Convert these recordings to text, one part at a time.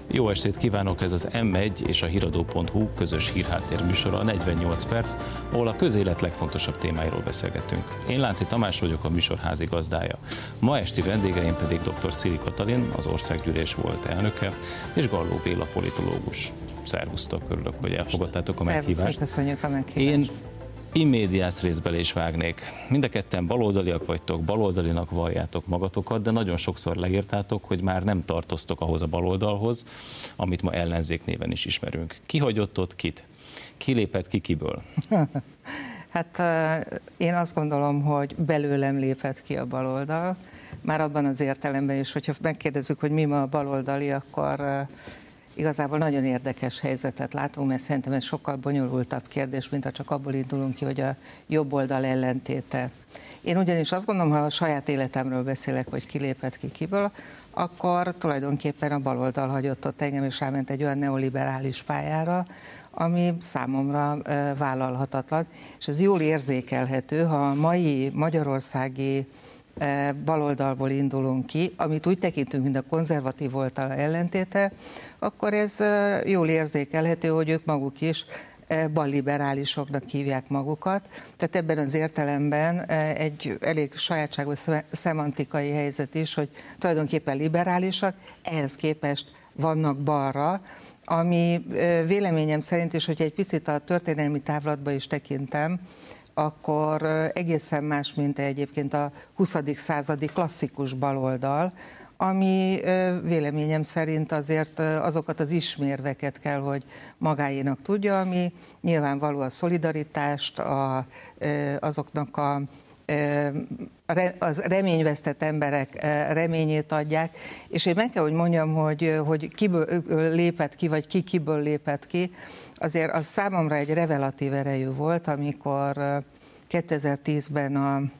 Jó estét kívánok, ez az M1 és a Híradó.hu közös hírháttér műsora, 48 perc, ahol a közélet legfontosabb témáiról beszélgetünk. Én Lánci Tamás vagyok, a műsor házigazdája. Ma esti vendégeim pedig dr. Szili Katalin, az Országgyűlés volt elnöke, és Galló Béla politológus. Szervusztok, örülök, hogy elfogadtátok a meghívást. Köszönjük a meghívást. Én in medias res bele is vágnék. Mind a ketten baloldaliak vagytok, baloldalinak valljátok magatokat, de nagyon sokszor leírtátok, hogy már nem tartoztok ahhoz a baloldalhoz, amit ma ellenzék néven is ismerünk. Ki hagyott ott kit? Ki lépett ki kiből? Hát én azt gondolom, hogy belőlem lépett ki a baloldal. Már abban az értelemben is, hogyha megkérdezzük, hogy mi ma a baloldali, akkor igazából nagyon érdekes helyzetet látunk, mert szerintem ez sokkal bonyolultabb kérdés, mint ha csak abból indulunk ki, hogy a jobb oldal ellentéte. Én ugyanis azt gondolom, ha a saját életemről beszélek, hogy ki lépett ki kiből, akkor tulajdonképpen a baloldal hagyott ott engem, és ráment egy olyan neoliberális pályára, ami számomra vállalhatatlan, és ez jól érzékelhető, ha a mai magyarországi baloldalból indulunk ki, amit úgy tekintünk, mint a konzervatív oldal ellentéte, akkor ez jól érzékelhető, hogy ők maguk is balliberálisoknak hívják magukat. Tehát ebben az értelemben egy elég sajátságos szemantikai helyzet is, hogy tulajdonképpen liberálisak, ehhez képest vannak balra, ami véleményem szerint is, hogy egy picit a történelmi távlatba is tekintem, akkor egészen más, mint egyébként a 20. századi klasszikus baloldal, ami véleményem szerint azért azokat az ismérveket kell, hogy magáénak tudja, ami nyilvánvaló a szolidaritást, azoknak az reményvesztett emberek reményét adják, és én meg kell, hogy mondjam, hogy kiből lépett ki, vagy ki kiből lépett ki, azért az számomra egy revelatív erejű volt, amikor 2010-ben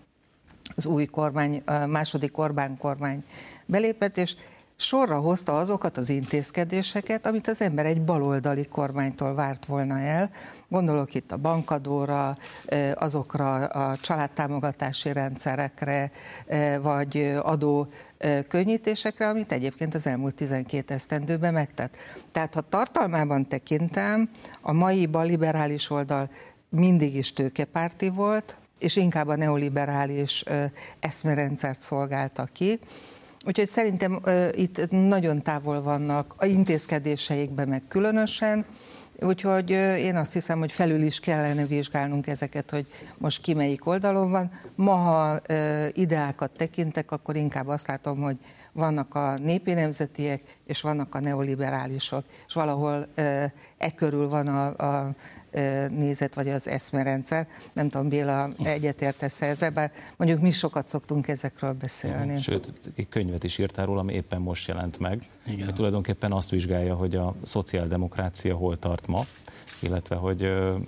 az új kormány, a második Orbán kormány belépett, és sorra hozta azokat az intézkedéseket, amit az ember egy baloldali kormánytól várt volna el. Gondolok itt a bankadóra, azokra a családtámogatási rendszerekre, vagy adó könnyítésekre, amit egyébként az elmúlt 12 esztendőben megtett. Tehát ha tartalmában tekintem, a mai balliberális oldal mindig is tőkepárti volt, és inkább a neoliberális eszmerendszert szolgálta ki. Úgyhogy szerintem itt nagyon távol vannak a intézkedéseikben meg különösen, úgyhogy én azt hiszem, hogy felül is kellene vizsgálnunk ezeket, hogy most ki melyik oldalon van. Ma, ha ideákat tekintek, akkor inkább azt látom, hogy vannak a népi nemzetiek, és vannak a neoliberálisok, és valahol körül van a nézet, vagy az eszmerendszer. Nem tudom, Béla, egyetértesz ezzel, bár mondjuk mi sokat szoktunk ezekről beszélni. Sőt, egy könyvet is írtál róla, ami éppen most jelent meg. Hogy tulajdonképpen azt vizsgálja, hogy a szociáldemokrácia hol tart ma, illetve hogy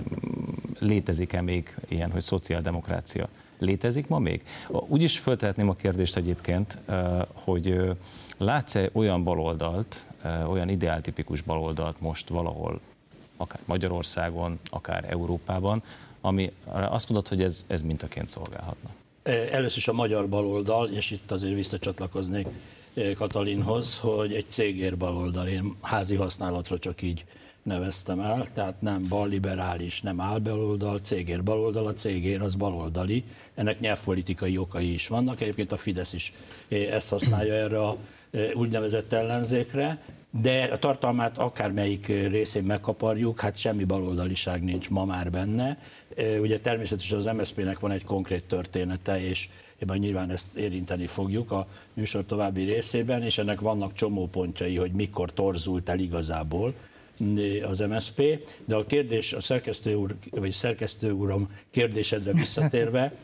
létezik-e még ilyen, hogy szociáldemokrácia. Létezik ma még? Úgy is föltehetném a kérdést egyébként, hogy látsz-e olyan baloldalt, olyan ideáltipikus baloldalt most valahol, akár Magyarországon, akár Európában, ami azt mondod, hogy ez mintaként szolgálhatna? Először is a magyar baloldal, és itt azért visszacsatlakoznék Katalinhoz, hogy egy cégér baloldal, én házi használatra csak így neveztem el, tehát nem balliberális, nem álbaloldal, cégér baloldal, a cégér az baloldali, ennek nyelvpolitikai okai is vannak, egyébként a Fidesz is ezt használja erre a úgynevezett ellenzékre, de a tartalmát akármelyik részén megkaparjuk, hát semmi baloldaliság nincs ma már benne. Ugye természetesen az MSZP-nek van egy konkrét története, és ebben nyilván ezt érinteni fogjuk a műsor további részében, és ennek vannak csomópontjai, hogy mikor torzult el igazából az MSZP, de a kérdés, a szerkesztő úr, vagy szerkesztő úrom kérdésedre visszatérve,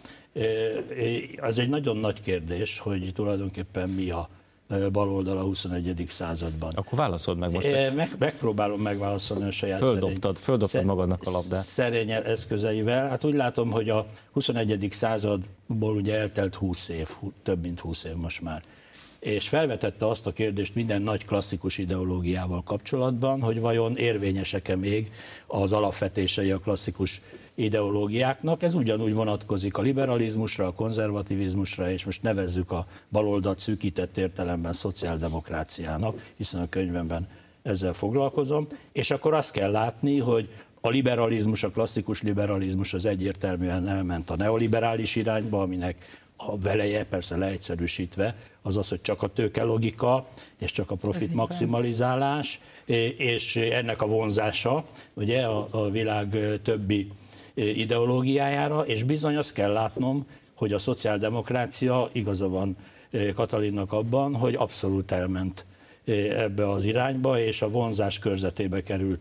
az egy nagyon nagy kérdés, hogy tulajdonképpen mi a baloldal a 21. században. Akkor válaszold meg most. Megpróbálom megválaszolni a saját Földobtad magadnak a labdát. Szerény eszközeivel. Hát úgy látom, hogy a 21. századból ugye eltelt 20 év, több mint 20 év most már. És felvetette azt a kérdést minden nagy klasszikus ideológiával kapcsolatban, hogy vajon érvényesek-e még az alapvetései a klasszikus ideológiáknak. Ez ugyanúgy vonatkozik a liberalizmusra, a konzervativizmusra, és most nevezzük a baloldalt szűkített értelemben szociáldemokráciának, hiszen a könyvemben ezzel foglalkozom, és akkor azt kell látni, hogy a liberalizmus, a klasszikus liberalizmus az egyértelműen elment a neoliberális irányba, aminek a veleje, persze leegyszerűsítve, az az, hogy csak a tőke logika, és csak a profit maximalizálás, és ennek a vonzása, ugye, a világ többi ideológiájára, és bizony azt kell látnom, hogy a szociáldemokrácia, igaza van Katalinnak abban, hogy abszolút elment ebbe az irányba, és a vonzás körzetébe került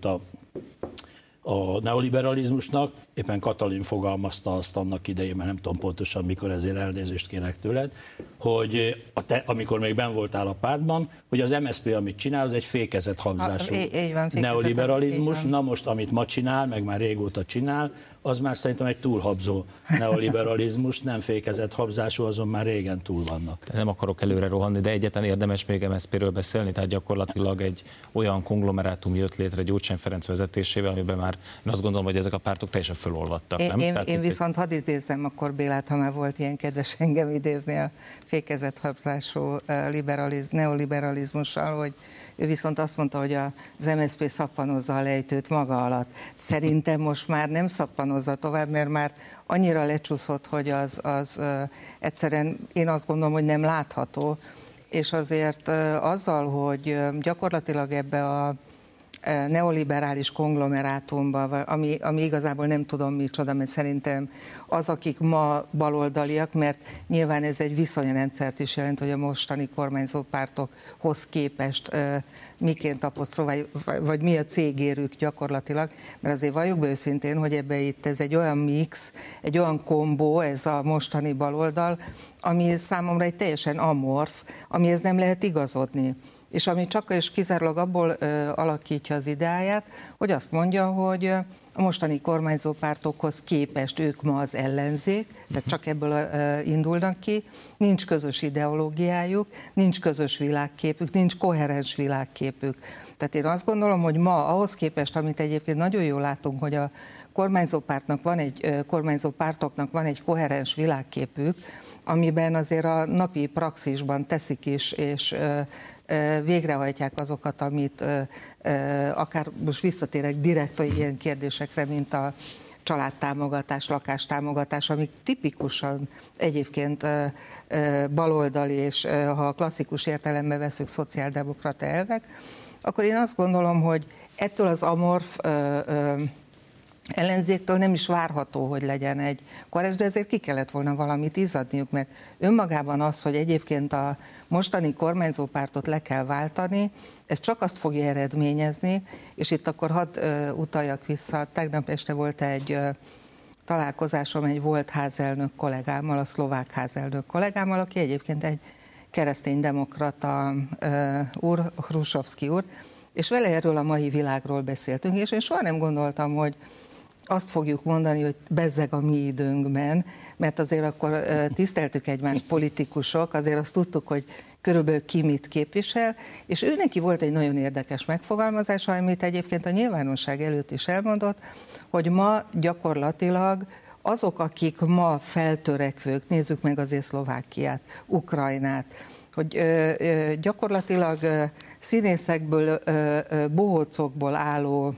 a neoliberalizmusnak. Éppen Katalin fogalmazta azt annak idején, mert nem tudom pontosan mikor, ezért elnézést kérek tőled, hogy amikor még benn voltál a pártban, hogy az MSZP, amit csinál, az egy fékezett habzású neoliberalizmus. Na most, amit ma csinál, meg már régóta csinál, az már szerintem egy túlhabzó neoliberalizmus, nem fékezett habzású, azon már régen túl vannak. Nem akarok előre rohanni, de egyáltalán érdemes még MSZP-ről beszélni, tehát gyakorlatilag egy olyan konglomerátum jött létre Gyurcsány Ferenc vezetésével, amiben már én azt gondolom, hogy ezek a pártok teljesen fölolvadtak, nem? Én viszont hadd idézzem akkor Bélát, ha már volt ilyen kedves engem idézni a fékezett habzású neoliberalizmussal, hogy ő viszont azt mondta, hogy az MSZP szappanozza a lejtőt maga alatt. Szerintem most már nem szappanozza tovább, mert már annyira lecsúszott, hogy az egyszerűen én azt gondolom, hogy nem látható, és azért azzal, hogy gyakorlatilag ebbe a neoliberális konglomerátumba, ami igazából nem tudom micsoda, mert szerintem az, akik ma baloldaliak, mert nyilván ez egy viszonyrendszert is jelent, hogy a mostani kormányzó pártokhoz képest miként apostrofáljuk, vagy mi a cégérük gyakorlatilag, mert azért valljuk be őszintén, hogy ebbe itt ez egy olyan mix, egy olyan kombó, ez a mostani baloldal, ami számomra egy teljesen amorf, amihez nem lehet igazodni. És ami csak és kizárólag abból alakítja az ideáját, hogy azt mondja, hogy a mostani kormányzó pártokhoz képest ők ma az ellenzék, tehát csak ebből indulnak ki, nincs közös ideológiájuk, nincs közös világképük, nincs koherens világképük. Tehát én azt gondolom, hogy ma ahhoz képest, amit egyébként nagyon jól látunk, hogy a kormányzó pártoknak van egy koherens világképük, amiben azért a napi praxisban teszik is, és végrehajtják azokat, amit akár most visszatérek direkt ilyen kérdésekre, mint a családtámogatás, lakástámogatás, amik tipikusan egyébként baloldali, és ha a klasszikus értelemben veszük szociáldemokrata elvek, akkor én azt gondolom, hogy ettől az amorf ellenzéktől nem is várható, hogy legyen egy koherens, de ezért ki kellett volna valamit izzadniuk, mert önmagában az, hogy egyébként a mostani kormányzó pártot le kell váltani, ez csak azt fogja eredményezni, és itt akkor hadd utaljak vissza, tegnap este volt egy találkozásom egy volt házelnök kollégámmal, a szlovák házelnök kollégámmal, aki egyébként egy kereszténydemokrata úr, Hrusovszki úr, és vele erről a mai világról beszéltünk, és én soha nem gondoltam, hogy azt fogjuk mondani, hogy bezzeg a mi időnkben, mert azért akkor tiszteltük egymást politikusok, azért azt tudtuk, hogy körülbelül ki mit képvisel, és ő neki volt egy nagyon érdekes megfogalmazása, amit egyébként a nyilvánosság előtt is elmondott, hogy ma gyakorlatilag azok, akik ma feltörekvők, nézzük meg azért Szlovákiát, Ukrajnát, hogy gyakorlatilag színészekből, bohócokból álló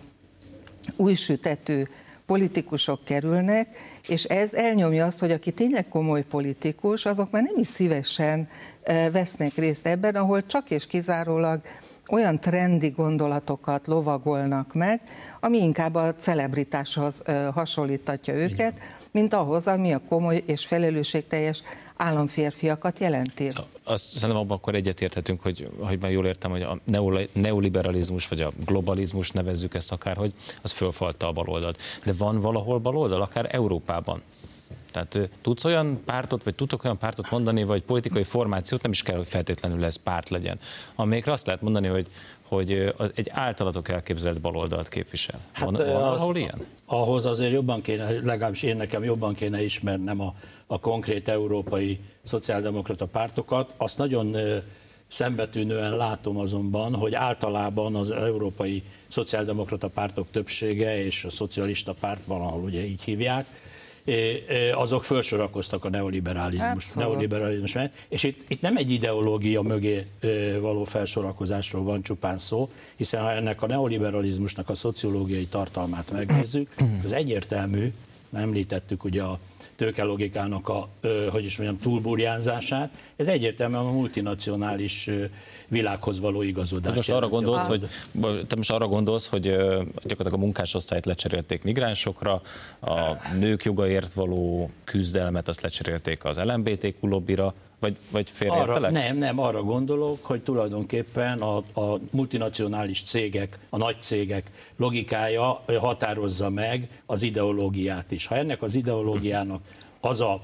újsütetű politikusok kerülnek, és ez elnyomja azt, hogy aki tényleg komoly politikus, azok már nem is szívesen vesznek részt ebben, ahol csak és kizárólag olyan trendi gondolatokat lovagolnak meg, ami inkább a celebritáshoz hasonlítatja őket, mint ahhoz, ami a komoly és felelősségteljes államférfiakat jelenti. Azt szerintem abban akkor egyetérthetünk, hogy már jól értem, hogy a neoliberalizmus vagy a globalizmus, nevezzük ezt akárhogy, az fölfalta a baloldalt. De van valahol baloldal, akár Európában? Tehát tudsz olyan pártot, vagy tudtok olyan pártot mondani, vagy politikai formációt, nem is kell, hogy feltétlenül ez párt legyen, amelyikre azt lehet mondani, hogy egy általatok elképzelt baloldalt képvisel. Van valahol ilyen? Ahhoz azért jobban kéne, legalábbis nekem jobban kéne ismernem a konkrét európai szociáldemokrata pártokat. Azt nagyon szembetűnően látom azonban, hogy általában az európai szociáldemokrata pártok többsége és a szocialista párt valahol ugye így hívják, azok felsorakoztak a neoliberalizmus mellett. És itt nem egy ideológia mögé való felsorakozásról van csupán szó, hiszen ha ennek a neoliberalizmusnak a szociológiai tartalmát megnézzük, az egyértelmű, említettük ugye a tőkelogikának a, túlburjánzását, ez egyértelműen a multinacionális világhoz való igazodást. Te most arra gondolsz, hogy gyakorlatilag a munkásosztályt lecserélték migránsokra, a nők jogaért való küzdelmet azt lecserélték az LMBTQ lobbira, vagy félreértelek? Nem, arra gondolok, hogy tulajdonképpen a multinacionális cégek, a nagy cégek logikája határozza meg az ideológiát is. Ha ennek az ideológiának az a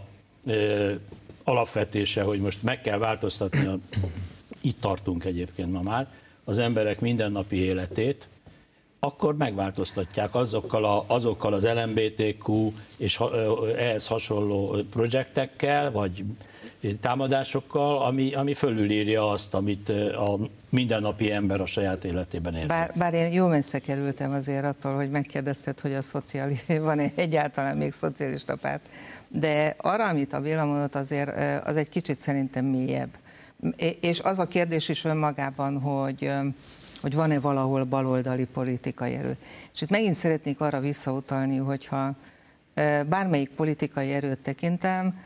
alapvetése, hogy most meg kell változtatni, itt tartunk egyébként ma már, az emberek mindennapi életét, akkor megváltoztatják azokkal az LMBTQ és ehhez hasonló projektekkel, vagy támadásokkal, ami fölülírja azt, amit a mindennapi ember a saját életében érzett. Bár én jó messze kerültem azért attól, hogy megkérdezted, hogy van-e egyáltalán még szocialista párt, de arra, amit a Béla mondott, azért az egy kicsit szerintem mélyebb. És az a kérdés is önmagában, hogy van-e valahol baloldali politikai erő. És itt megint szeretnék arra visszautalni, hogyha bármelyik politikai erőt tekintem,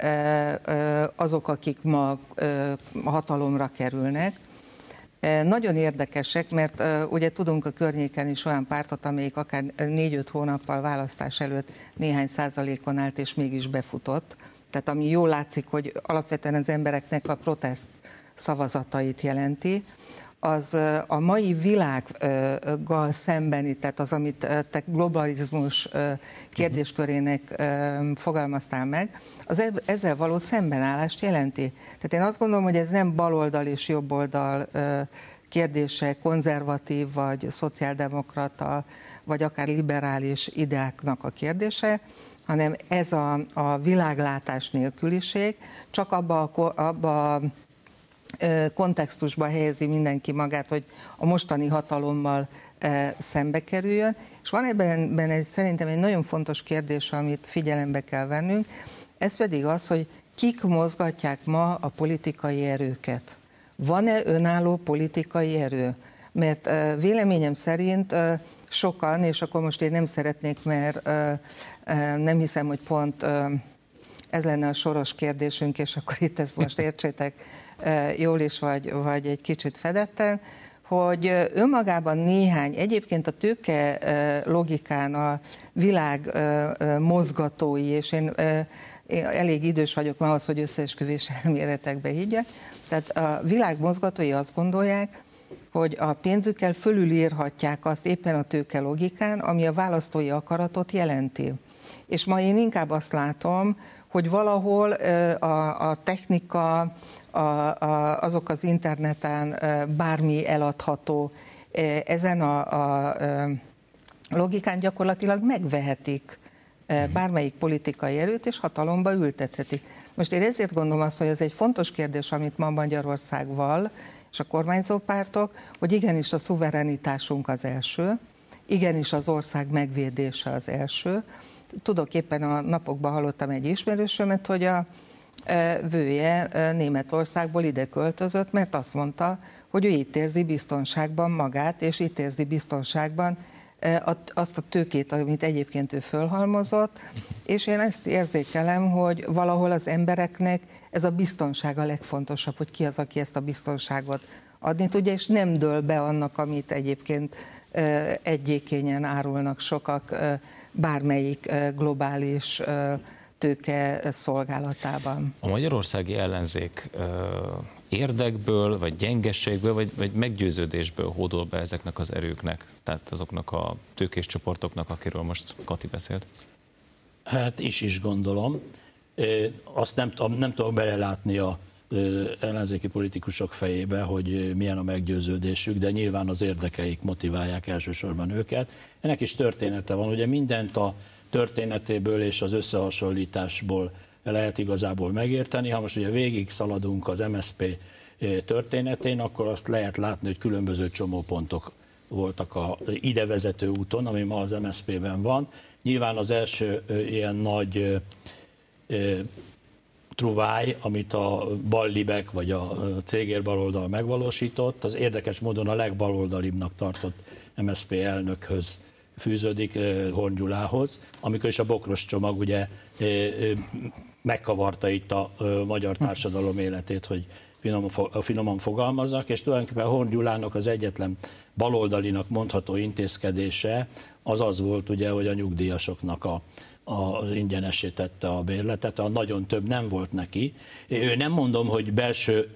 azok, akik ma hatalomra kerülnek, nagyon érdekesek, mert ugye tudunk a környéken is olyan pártot, amelyik akár 4-5 hónappal választás előtt néhány százalékon állt, és mégis befutott. Tehát ami jól látszik, hogy alapvetően az embereknek a protest szavazatait jelenti, az a mai világgal szembeni, tehát az, amit te globalizmus kérdéskörének fogalmaztál meg, az ezzel való szembenállást jelenti. Tehát én azt gondolom, hogy ez nem baloldal és jobboldal kérdése, konzervatív vagy szociáldemokrata, vagy akár liberális ideáknak a kérdése, hanem ez a világlátás nélküliség, csak abba kontextusba helyezi mindenki magát, hogy a mostani hatalommal szembe kerüljön. És van ebben szerintem egy nagyon fontos kérdés, amit figyelembe kell vennünk, ez pedig az, hogy kik mozgatják ma a politikai erőket. Van-e önálló politikai erő? Mert véleményem szerint sokan, és akkor most én nem szeretnék, mert nem hiszem, hogy pont ez lenne a soros kérdésünk, és akkor itt ezt most értsétek jól is, vagy egy kicsit fedetten, hogy önmagában néhány, egyébként a tőke logikán a világ mozgatói, és én elég idős vagyok ma ahhoz, hogy összeesküvés elméletekbe higgyek, tehát a világ mozgatói azt gondolják, hogy a pénzükkel fölülírhatják azt éppen a tőke logikán, ami a választói akaratot jelenti. És ma én inkább azt látom, hogy valahol a technika, azok az interneten bármi eladható, ezen a logikán gyakorlatilag megvehetik bármelyik politikai erőt, és hatalomba ültethetik. Most én ezért gondolom azt, hogy ez egy fontos kérdés, amit ma Magyarország val, és a kormányzó pártok, hogy igenis a szuverenitásunk az első, igenis az ország megvédése az első. Tudok, éppen a napokban hallottam egy ismerősömet, hogy a vője Németországból ide költözött, mert azt mondta, hogy ő itt érzi biztonságban magát, és itt érzi biztonságban azt a tőkét, amit egyébként ő fölhalmozott, és én ezt érzékelem, hogy valahol az embereknek ez a biztonság a legfontosabb, hogy ki az, aki ezt a biztonságot adni tudja, és nem dől be annak, amit egyébként egyékényen árulnak sokak bármelyik globális tőke szolgálatában. A magyarországi ellenzék érdekből, vagy gyengességből, vagy meggyőződésből hódol be ezeknek az erőknek, tehát azoknak a tőkés csoportoknak, akiről most Kati beszélt? Hát is gondolom. Azt nem tudok belelátni a ellenzéki politikusok fejébe, hogy milyen a meggyőződésük, de nyilván az érdekeik motiválják elsősorban őket. Ennek is története van, ugye mindent a történetéből és az összehasonlításból lehet igazából megérteni. Ha most ugye végig szaladunk az MSZP történetén, akkor azt lehet látni, hogy különböző csomópontok voltak a ide vezető úton, ami ma az MSZP-ben van. Nyilván az első ilyen nagy truváj, amit a ballibek vagy a cégér baloldal megvalósított, az érdekes módon a legbaloldalibbnak tartott MSZP elnökhöz fűződik, Horn Gyulához, amikor is a bokros csomag ugye megkavarta itt a magyar társadalom életét, hogy finoman fogalmazzak, és tulajdonképpen Horn Gyulának az egyetlen baloldalinak mondható intézkedése az volt ugye, hogy a nyugdíjasoknak az ingyenessé tette a bérletet, a nagyon több nem volt neki. Ő nem mondom, hogy belső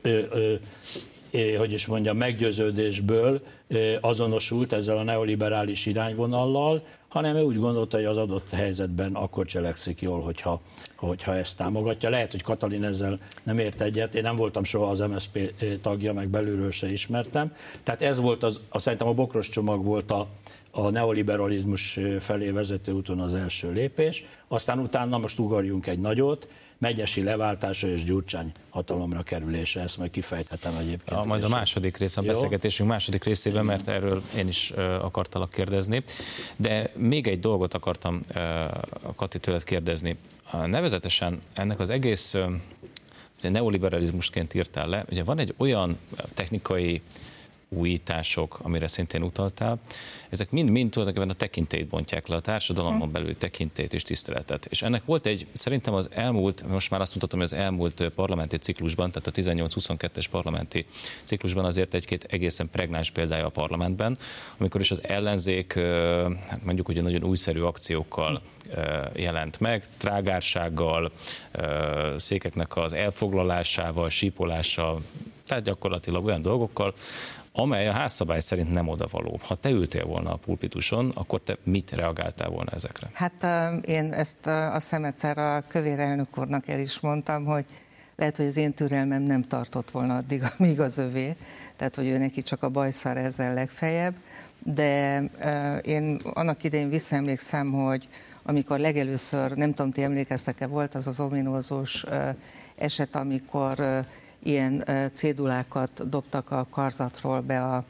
hogy is mondjam, meggyőződésből azonosult ezzel a neoliberális irányvonallal, hanem ő úgy gondolta, hogy az adott helyzetben akkor cselekszik jól, hogyha ezt támogatja. Lehet, hogy Katalin ezzel nem ért egyet, én nem voltam soha az MSZP tagja, meg belülről se ismertem. Tehát ez volt, szerintem a bokros csomag volt a neoliberalizmus felé vezető úton az első lépés, aztán utána most ugorjunk egy nagyot, Megyesi leváltása és Gyurcsány hatalomra kerülése, ezt majd kifejthetem egyébként. Majd a második rész, a beszélgetésünk második részében, mert erről én is akartalak kérdezni. De még egy dolgot akartam Kati tőled kérdezni. Nevezetesen ennek az egész neoliberalizmusként írtál le, ugye van egy olyan technikai újítások, amire szintén utaltál, ezek mind tulajdonképpen a tekintélyt bontják le, a társadalomon belül tekintélyt és tiszteletet. És ennek volt szerintem az elmúlt, most már azt mutatom, hogy az elmúlt parlamenti ciklusban, tehát a 18-22-es parlamenti ciklusban azért egy-két egészen pregnáns példája a parlamentben, amikor is az ellenzék, mondjuk ugye nagyon újszerű akciókkal jelent meg, trágársággal, székeknek az elfoglalásával, sípolással, tehát gyakorlatilag olyan dolgokkal, amely a házszabály szerint nem odavaló. Ha te ültél volna a pulpituson, akkor te mit reagáltál volna ezekre? Hát én ezt a szemetszer a Kövér elnök úrnak el is mondtam, hogy lehet, hogy az én türelmem nem tartott volna addig, amíg az övé, tehát hogy ő neki csak a bajszar ezzel legfeljebb, de én annak idején visszaemlékszem, hogy amikor legelőször, nem tudom, ti emlékeztek-e, volt az ominózus eset, amikor ilyen cédulákat dobtak a karzatról be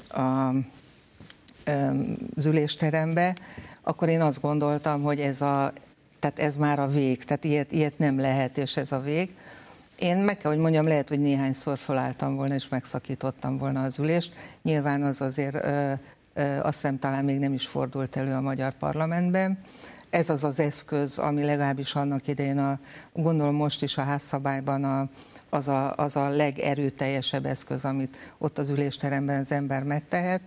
az ülésterembe, akkor én azt gondoltam, hogy ez már a vég, tehát ilyet nem lehet, és ez a vég. Én meg kell, hogy mondjam, lehet, hogy néhányszor felálltam volna, és megszakítottam volna az ülést. Nyilván az azért azt hiszem talán még nem is fordult elő a magyar parlamentben. Ez az eszköz, ami legalábbis annak idején, gondolom most is a házszabályban az a legerőteljesebb eszköz, amit ott az ülésteremben az ember megtehet.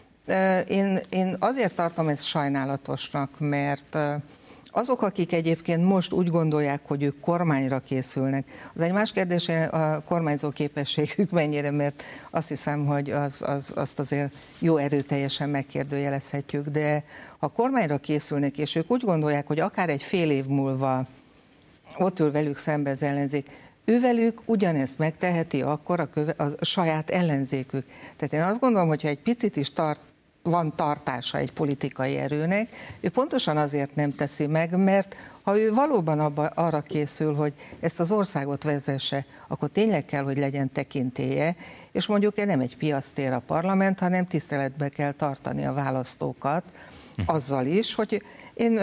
Én azért tartom ezt sajnálatosnak, mert azok, akik egyébként most úgy gondolják, hogy ők kormányra készülnek, az egy más kérdés, a kormányzó képességük mennyire, mert azt hiszem, hogy azt azért jó erőteljesen megkérdőjelezhetjük, de ha kormányra készülnek, és ők úgy gondolják, hogy akár egy fél év múlva ott ül velük szembe az ellenzék, ővelük ugyanezt megteheti akkor a saját ellenzékük. Tehát én azt gondolom, hogyha egy picit is van tartása egy politikai erőnek, ő pontosan azért nem teszi meg, mert ha ő valóban arra készül, hogy ezt az országot vezesse, akkor tényleg kell, hogy legyen tekintélye, és mondjuk nem egy piactér a parlament, hanem tiszteletbe kell tartani a választókat azzal is, hogy én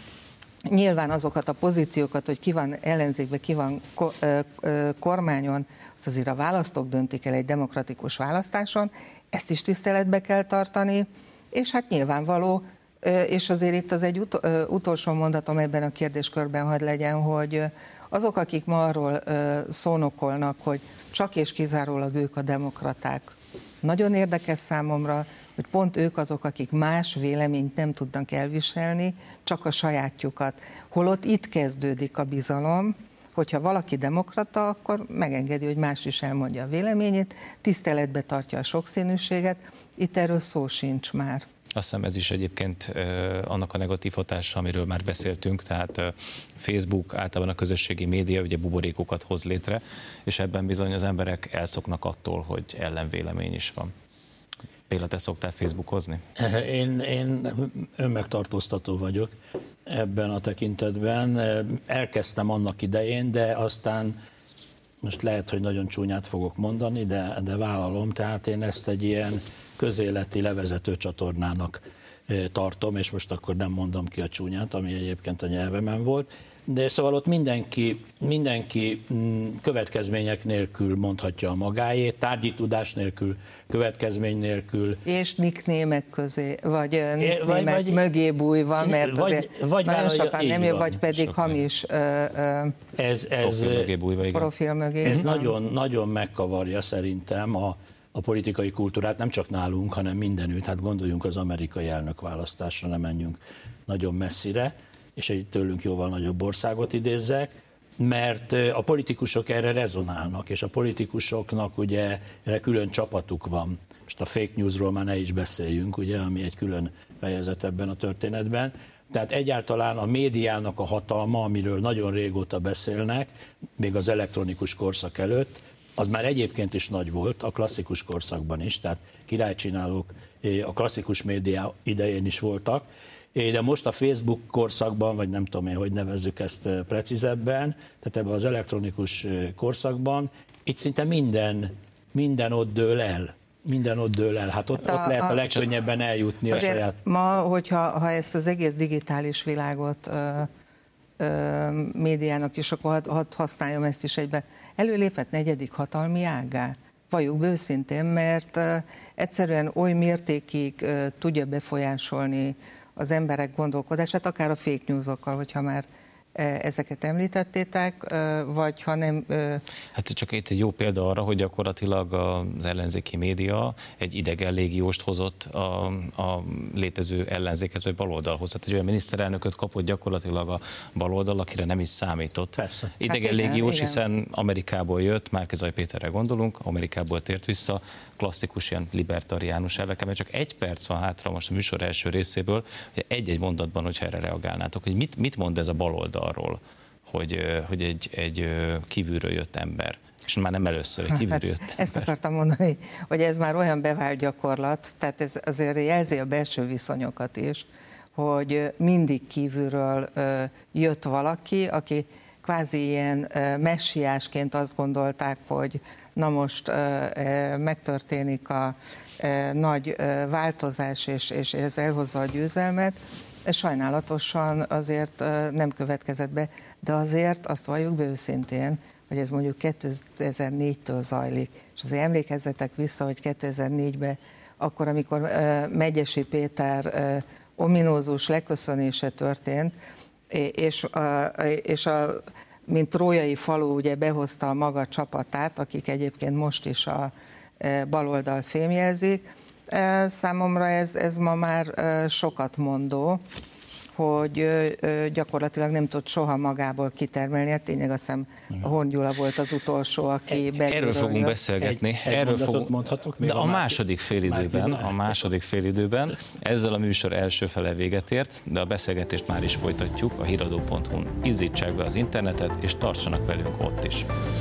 nyilván azokat a pozíciókat, hogy ki van ellenzékben, ki van kormányon, azt azért a választók döntik el egy demokratikus választáson, ezt is tiszteletbe kell tartani, és hát nyilvánvaló, és azért itt az egy utolsó mondatom ebben a kérdéskörben hadd legyen, hogy azok, akik ma arról szónokolnak, hogy csak és kizárólag ők a demokraták, nagyon érdekes számomra, hogy pont ők azok, akik más véleményt nem tudnak elviselni, csak a sajátjukat. Holott itt kezdődik a bizalom, hogyha valaki demokrata, akkor megengedi, hogy más is elmondja a véleményét, tiszteletbe tartja a sokszínűséget, itt erről szó sincs már. Azt hiszem ez is egyébként annak a negatív hatása, amiről már beszéltünk, tehát Facebook, általában a közösségi média ugye buborékokat hoz létre, és ebben bizony az emberek elszoknak attól, hogy ellenvélemény is van. Béla, te szoktál Facebookozni? Én önmegtartóztató vagyok ebben a tekintetben. Elkezdtem annak idején, de aztán most lehet, hogy nagyon csúnyát fogok mondani, de vállalom, tehát én ezt egy ilyen közéleti levezető csatornának tartom, és most akkor nem mondom ki a csúnyát, ami egyébként a nyelvemen volt, de szóval ott mindenki következmények nélkül mondhatja a magáét, tárgyi tudás nélkül, következmény nélkül. És nicknémek közé, vagy nicknémek mögé bújva, mert vagy nagyon sokan nem jön, vagy pedig sokan hamis profil mögé. Ez nagyon megkavarja szerintem a politikai kultúrát, nem csak nálunk, hanem mindenütt. Hát gondoljunk az amerikai elnökválasztásra, ne menjünk nagyon messzire, és egy tőlünk jóval nagyobb országot idézzek, mert a politikusok erre rezonálnak, és a politikusoknak ugye erre külön csapatuk van. Most a fake newsról már ne is beszéljünk, ugye, ami egy külön fejezet ebben a történetben. Tehát egyáltalán a médiának a hatalma, amiről nagyon régóta beszélnek, még az elektronikus korszak előtt, az már egyébként is nagy volt, a klasszikus korszakban is, tehát királycsinálók a klasszikus média idején is voltak, de most a Facebook korszakban, vagy nem tudom én, hogy nevezzük ezt precízebben, tehát ebben az elektronikus korszakban, itt szinte minden ott dől el. Minden ott dől el. Hát ott lehet a legkönnyebben eljutni a saját... Ma, hogyha ezt az egész digitális világot médiának is, akkor hadd használjam ezt is egybe. Előlépett negyedik hatalmi ággá. Valljuk be őszintén, mert egyszerűen oly mértékig tudja befolyásolni az emberek gondolkodását, akár a fake newsokkal, hogyha már ezeket említettétek, vagy ha nem... Hát csak itt egy jó példa arra, hogy gyakorlatilag az ellenzéki média egy idegen légióst hozott a létező ellenzékhez vagy baloldalhoz. Hát egy olyan miniszterelnököt kapott gyakorlatilag a baloldal, akire nem is számított. Persze. Idegen légiós, hiszen Amerikából jött, Márki-Zay Péterre gondolunk, Amerikából tért vissza, klasszikus ilyen libertariánus elvekkel, mert csak egy perc van hátra most a műsor első részéből, hogy egy-egy mondatban, hogyha erre reagálnátok, hogy mit mond ez a baloldalról, hogy egy kívülről jött ember, és már nem először egy kívülről jött ember. Ezt akartam mondani, hogy ez már olyan bevált gyakorlat, tehát ez azért jelzi a belső viszonyokat is, hogy mindig kívülről jött valaki, aki kvázi ilyen messiásként azt gondolták, hogy na most megtörténik a nagy változás, és ez elhozza a győzelmet. Ez sajnálatosan azért nem következett be, de azért azt valljuk be őszintén, hogy ez mondjuk 2004-től zajlik. És azért emlékezzetek vissza, hogy 2004-ben, akkor, amikor Megyesi Péter ominózus leköszönése történt, és mint trójai falu ugye behozta a maga csapatát, akik egyébként most is a baloldal fémjelzik. Számomra ez ma már sokat mondó, hogy gyakorlatilag nem tud soha magából kitermelni. Hát tényleg azt hiszem a Horn Gyula volt az utolsó, aki erről fogunk beszélgetni. Erről mondhatok még a második félidőben ezzel a műsor első fele véget ért, de a beszélgetést már is folytatjuk a híradó.hu-n. Izzítsák be az internetet, és tartsanak velünk ott is.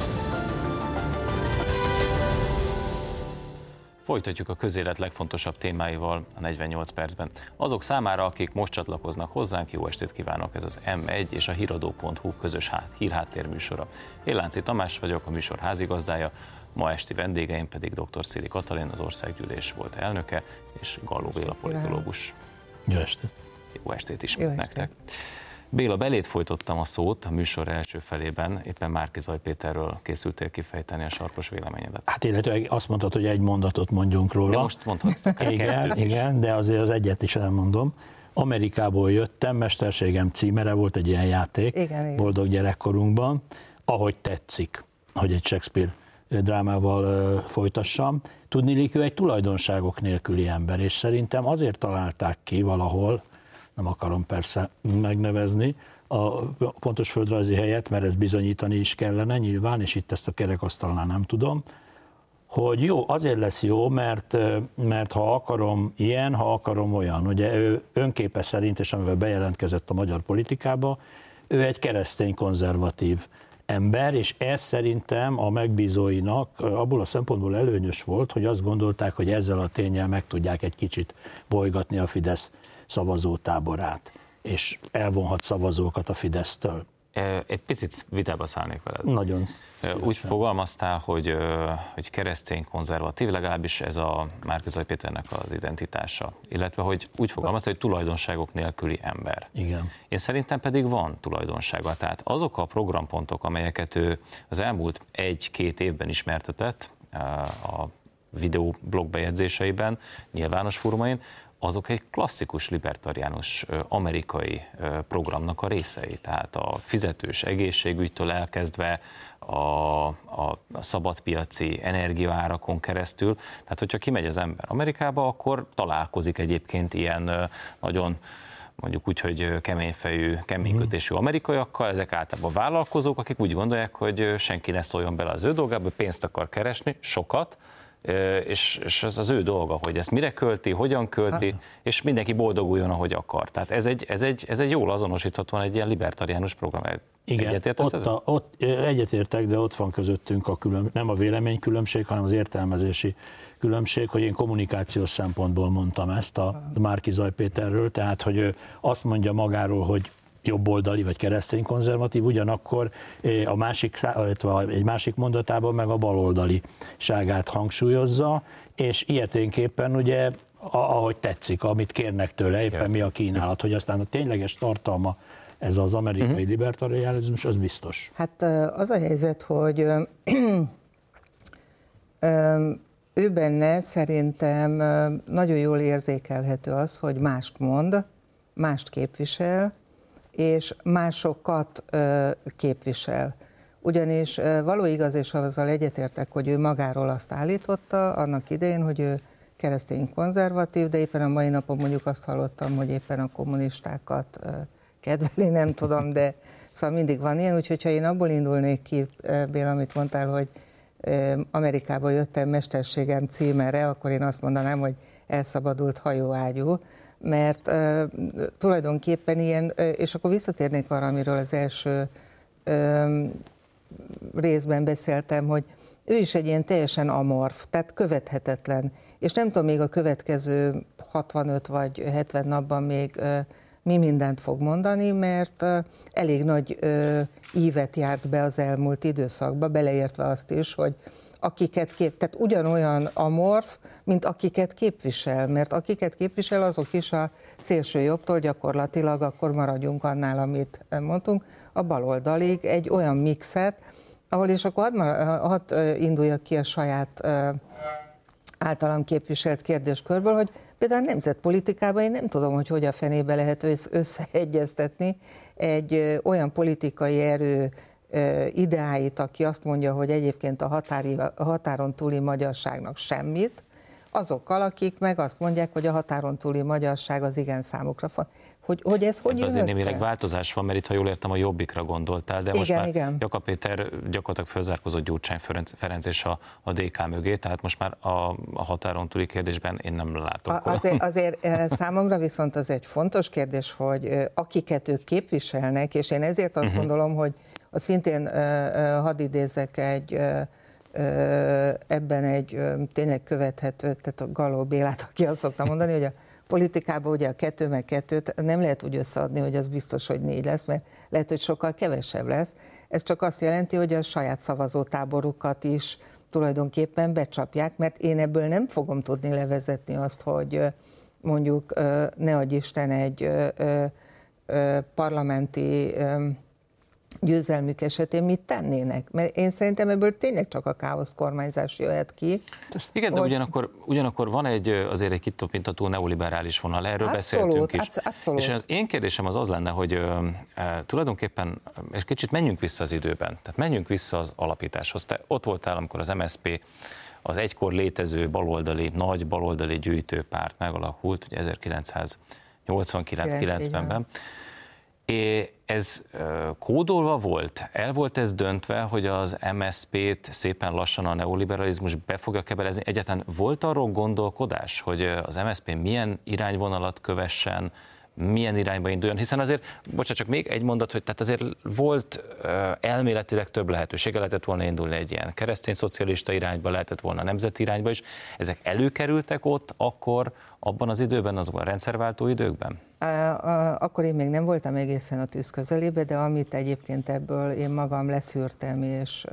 Folytatjuk a közélet legfontosabb témáival a 48 percben. Azok számára, akik most csatlakoznak hozzánk, jó estét kívánok, ez az M1 és a híradó.hu közös hírháttérműsora. Én Lánci Tamás vagyok, a műsor házigazdája, ma esti vendégeim pedig dr. Széli Katalin, az Országgyűlés volt elnöke, és Galló Béla politológus. Jó estét! Jó estét ismét nektek! Béla, beléd folytottam a szót a műsor első felében, éppen Márki-Zay Péterről készültél kifejteni a sarkos véleményedet. Hát illetve azt mondtad, hogy egy mondatot mondjunk róla. De most mondhatsz. Igen, de azért az egyet is elmondom. Amerikából jöttem, Mesterségem címere volt egy ilyen játék, igen. Boldog gyerekkorunkban, ahogy tetszik, hogy egy Shakespeare drámával folytassam. Tudniillik, ő egy tulajdonságok nélküli ember, és szerintem azért találták ki valahol, nem akarom persze megnevezni a pontos földrajzi helyet, mert ezt bizonyítani is kellene nyilván, és itt ezt a kerekasztalnál nem tudom, hogy jó, azért lesz jó, mert ha akarom ilyen, ha akarom olyan. Ugye ő önképe szerint, és amivel bejelentkezett a magyar politikába, ő egy keresztény konzervatív ember, és ez szerintem a megbízóinak abból a szempontból előnyös volt, hogy azt gondolták, hogy ezzel a ténnyel meg tudják egy kicsit bolygatni a Fidesz szavazótáborát, és elvonhat szavazókat a Fidesztől. Egy picit vitába szállnék veled. Nagyon. Úgy fogalmaztál, hogy keresztény konzervatív, legalábbis ez a Márki-Zay Péternek az identitása. Illetve, hogy úgy fogalmaztál, hogy tulajdonságok nélküli ember. Igen. Én szerintem pedig van tulajdonsága. Tehát azok a programpontok, amelyeket ő az elmúlt 1-2 évben ismertetett a videó blog bejegyzéseiben, nyilvános fórumain, azok egy klasszikus libertariánus amerikai programnak a részei. Tehát a fizetős egészségügytől elkezdve a szabadpiaci energiaárakon keresztül. Tehát, hogyha kimegy az ember Amerikába, akkor találkozik egyébként ilyen nagyon, mondjuk úgy, hogy keménykötésű amerikaiakkal, ezek általában vállalkozók, akik úgy gondolják, hogy senki ne szóljon bele az ő dolgába, pénzt akar keresni, sokat, és ez az ő dolga, hogy ezt mire költi, hogyan költi, és mindenki boldoguljon, ahogy akar. Tehát ez egy jól azonosíthatóan egy ilyen libertariánus program. Igen, ott egyetértek, de ott van közöttünk nem a véleménykülönbség, hanem az értelmezési különbség, hogy én kommunikációs szempontból mondtam ezt a Márki-Zay Péterről, tehát hogy ő azt mondja magáról, hogy jobboldali vagy keresztény konzervatív, ugyanakkor egy másik mondatában meg a baloldaliságát hangsúlyozza, és ilyeténképpen ugye, ahogy tetszik, amit kérnek tőle, éppen mi a kínálat, hogy aztán a tényleges tartalma ez az amerikai libertariánizmus, az biztos. Hát az a helyzet, hogy ő benne szerintem nagyon jól érzékelhető az, hogy mást mond, mást képvisel, és másokat képvisel. Ugyanis való igaz, és azzal egyetértek, hogy ő magáról azt állította annak idején, hogy ő keresztény konzervatív, de éppen a mai napon mondjuk azt hallottam, hogy éppen a kommunistákat kedveli, nem tudom, de szóval mindig van ilyen, úgyhogy ha én abból indulnék ki, Béla, amit mondtál, hogy Amerikába jöttem mesterségem címere, akkor én azt mondanám, hogy elszabadult hajóágyú, mert tulajdonképpen ilyen, és akkor visszatérnék arra, amiről az első részben beszéltem, hogy ő is egy ilyen teljesen amorf, tehát követhetetlen, és nem tudom, még a következő 65 vagy 70 napban még mi mindent fog mondani, mert elég nagy ívet járt be az elmúlt időszakba, beleértve azt is, hogy tehát ugyanolyan amorf, mint akiket képvisel, mert akiket képvisel, azok is a szélső jobbtól gyakorlatilag, akkor maradjunk annál, amit mondtunk, a baloldalig egy olyan mixet, ahol és akkor hadd induljak ki a saját általam képviselt kérdéskörből, hogy például a nemzetpolitikában én nem tudom, hogy a fenébe lehet összeegyeztetni egy olyan politikai erő ideáit, aki azt mondja, hogy egyébként a határon túli magyarságnak semmit, azokkal, akik meg azt mondják, hogy a határon túli magyarság az igen számukra van. Hogy ez hogy jön azért némileg változás van, mert itt, ha jól értem, a Jobbikra gondoltál, de most már Jakab Péter gyakorlatilag fölzárkózott Gyurcsány Ferenc és a DK mögé, tehát most már a határon túli kérdésben én nem látok. Azért számomra viszont az egy fontos kérdés, hogy akiket ők képviselnek, és én ezért azt gondolom, hogy szintén hadd idézzek ebben egy tényleg követhető, tehát a Galló Bélát, aki azt szokta mondani, hogy a politikában ugye a 2/2 nem lehet úgy összeadni, hogy az biztos, hogy 4 lesz, mert lehet, hogy sokkal kevesebb lesz. Ez csak azt jelenti, hogy a saját szavazótáborukat is tulajdonképpen becsapják, mert én ebből nem fogom tudni levezetni azt, hogy mondjuk ne adj Isten egy parlamenti győzelmük esetén mit tennének? Mert én szerintem ebből tényleg csak a káosz kormányzás jöhet ki. Igen, de ugyanakkor van azért egy kitapintató neoliberális vonal, erről beszéltünk is. Abszolút. És az én kérdésem az lenne, hogy tulajdonképpen, és kicsit menjünk vissza az időben, tehát menjünk vissza az alapításhoz. Te ott voltál, amikor az MSZP, az egykor létező nagy baloldali gyűjtőpárt megalakult, ugye 1989-90-ben. Ez kódolva volt? El volt ez döntve, hogy az MSZP-t szépen lassan a neoliberalizmus be fogja kebelezni? Egyáltalán volt arról gondolkodás, hogy az MSZP milyen irányvonalat kövessen, milyen irányba induljon, hiszen azért, bocsánat, csak még egy mondat, hogy tehát azért volt elméletileg több lehetősége, lehetett volna indulni egy ilyen keresztény szocialista irányba, lehetett volna nemzeti irányba is. Ezek előkerültek ott akkor, abban az időben, azokban a rendszerváltó időkben? Akkor én még nem voltam egészen a tűz közelébe, de amit egyébként ebből én magam leszűrtem, és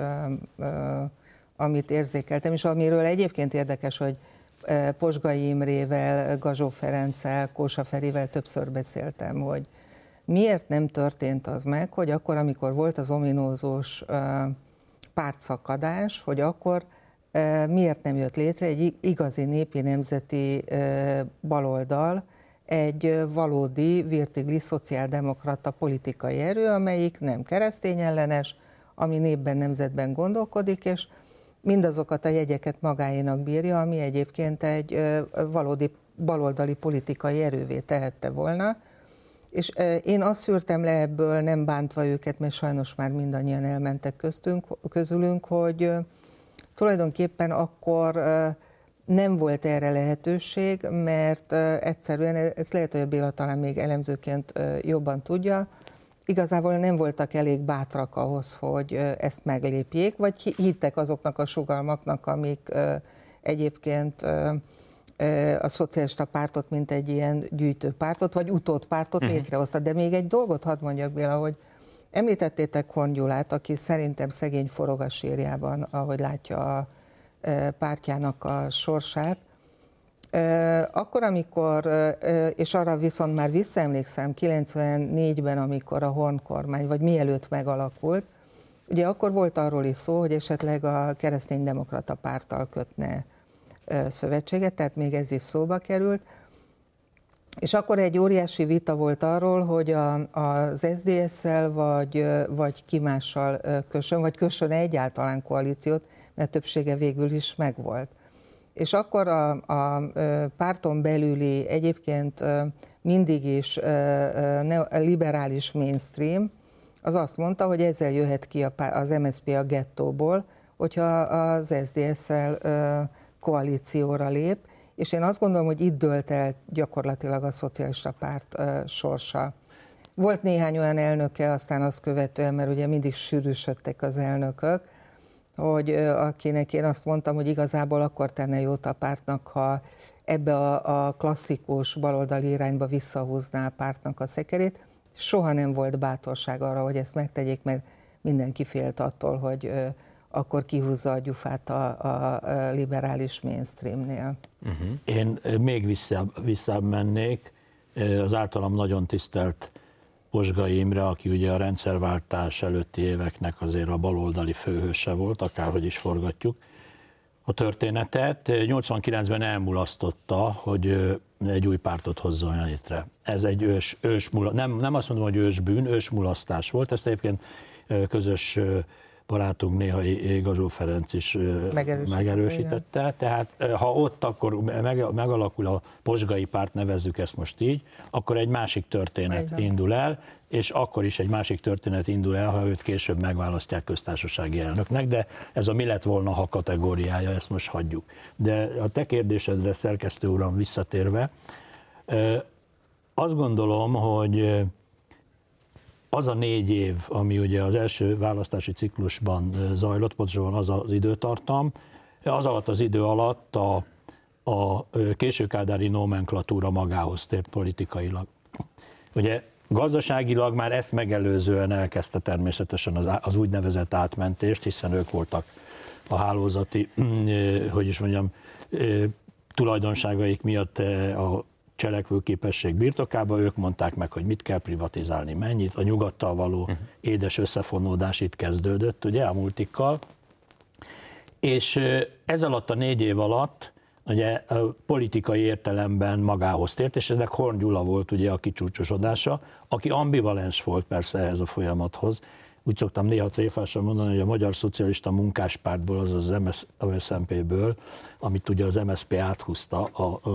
amit érzékeltem, és amiről egyébként érdekes, hogy Posgai Imrével, Gazsó Ferenccel, Kósa Ferivel többször beszéltem, hogy miért nem történt az meg, hogy akkor, amikor volt az ominózus pártszakadás, hogy akkor miért nem jött létre egy igazi népi nemzeti baloldal, egy valódi virtigli szociáldemokrata politikai erő, amelyik nem keresztényellenes, ami népben, nemzetben gondolkodik, és mindazokat a jegyeket magáénak bírja, ami egyébként egy valódi baloldali politikai erővé tehette volna. És én azt szűrtem le ebből, nem bántva őket, mert sajnos már mindannyian elmentek közülünk, hogy tulajdonképpen akkor nem volt erre lehetőség, mert egyszerűen, ezt lehet, hogy a Béla talán még elemzőként jobban tudja, igazából nem voltak elég bátrak ahhoz, hogy ezt meglépjék, vagy hittek azoknak a sugalmaknak, amik egyébként a szocialista pártot, mint egy ilyen gyűjtőpártot, vagy utódpártot létrehozta. De még egy dolgot hadd mondjak, Béla, hogy említettétek Horn Gyulát, aki szerintem szegény forog a sírjában, ahogy látja a pártjának a sorsát. Akkor, amikor, és arra viszont már visszaemlékszem, 94-ben, amikor a Horn kormány, vagy mielőtt megalakult, ugye akkor volt arról is szó, hogy esetleg a kereszténydemokrata párttal kötne szövetséget, tehát még ez is szóba került. És akkor egy óriási vita volt arról, hogy az SZDSZ-szel vagy ki mással kössön, vagy kössön egyáltalán koalíciót, mert többsége végül is megvolt. És akkor a párton belüli egyébként mindig is liberális mainstream, az azt mondta, hogy ezzel jöhet ki az MSZP a gettóból, hogyha az SZDSZ-szel koalícióra lép, és én azt gondolom, hogy itt dőlt el gyakorlatilag a szocialista párt sorsa. Volt néhány olyan elnöke, aztán azt követően, mert ugye mindig sűrűsödtek az elnökök, hogy akinek én azt mondtam, hogy igazából akkor tenne jót a pártnak, ha ebbe a klasszikus baloldali irányba visszahúzná a pártnak a szekerét. Soha nem volt bátorság arra, hogy ezt megtegyék, mert mindenki félt attól, hogy akkor kihúzza a gyufát a liberális mainstreamnél. Én még visszább mennék, az általam nagyon tisztelt Posgai Imre, aki ugye a rendszerváltás előtti éveknek azért a baloldali főhőse volt, akárhogy is forgatjuk a történetet. 89-ben elmulasztotta, hogy egy új pártot hozzon létre. Ez egy nem azt mondom, hogy ősbűn, ősmulasztás volt, ezt egyébként közös barátunk néhai Gazsó Ferenc is megerősítette. Igen. Tehát ha ott akkor megalakul a posgai párt, nevezzük ezt most így, akkor egy másik történet indul el, és akkor is egy másik történet indul el, ha őt később megválasztják köztársasági elnöknek, de ez a mi lett volna, ha kategóriája, ezt most hagyjuk. De a te kérdésedre, szerkesztő uram, visszatérve, azt gondolom, hogy az a 4 év, ami ugye az első választási ciklusban zajlott, pontosabban az az időtartam, az alatt az idő alatt a későkádári nomenklatúra magához tért politikailag. Ugye gazdaságilag már ezt megelőzően elkezdte természetesen az úgynevezett átmentést, hiszen ők voltak a hálózati, hogy is mondjam, tulajdonságaik miatt a cselekvőképesség birtokába, ők mondták meg, hogy mit kell privatizálni, mennyit, a nyugattal való édes összefonódás itt kezdődött, ugye, a multikkal, és ez alatt a 4 év alatt ugye a politikai értelemben magához tért, és ennek Horn Gyula volt ugye a kicsúcsosodása, aki ambivalens volt persze ehhez a folyamathoz. Úgy szoktam néha tréfásan mondani, hogy a Magyar Szocialista Munkáspártból, azaz az MSZNP-ből, amit ugye az MSZP áthúzta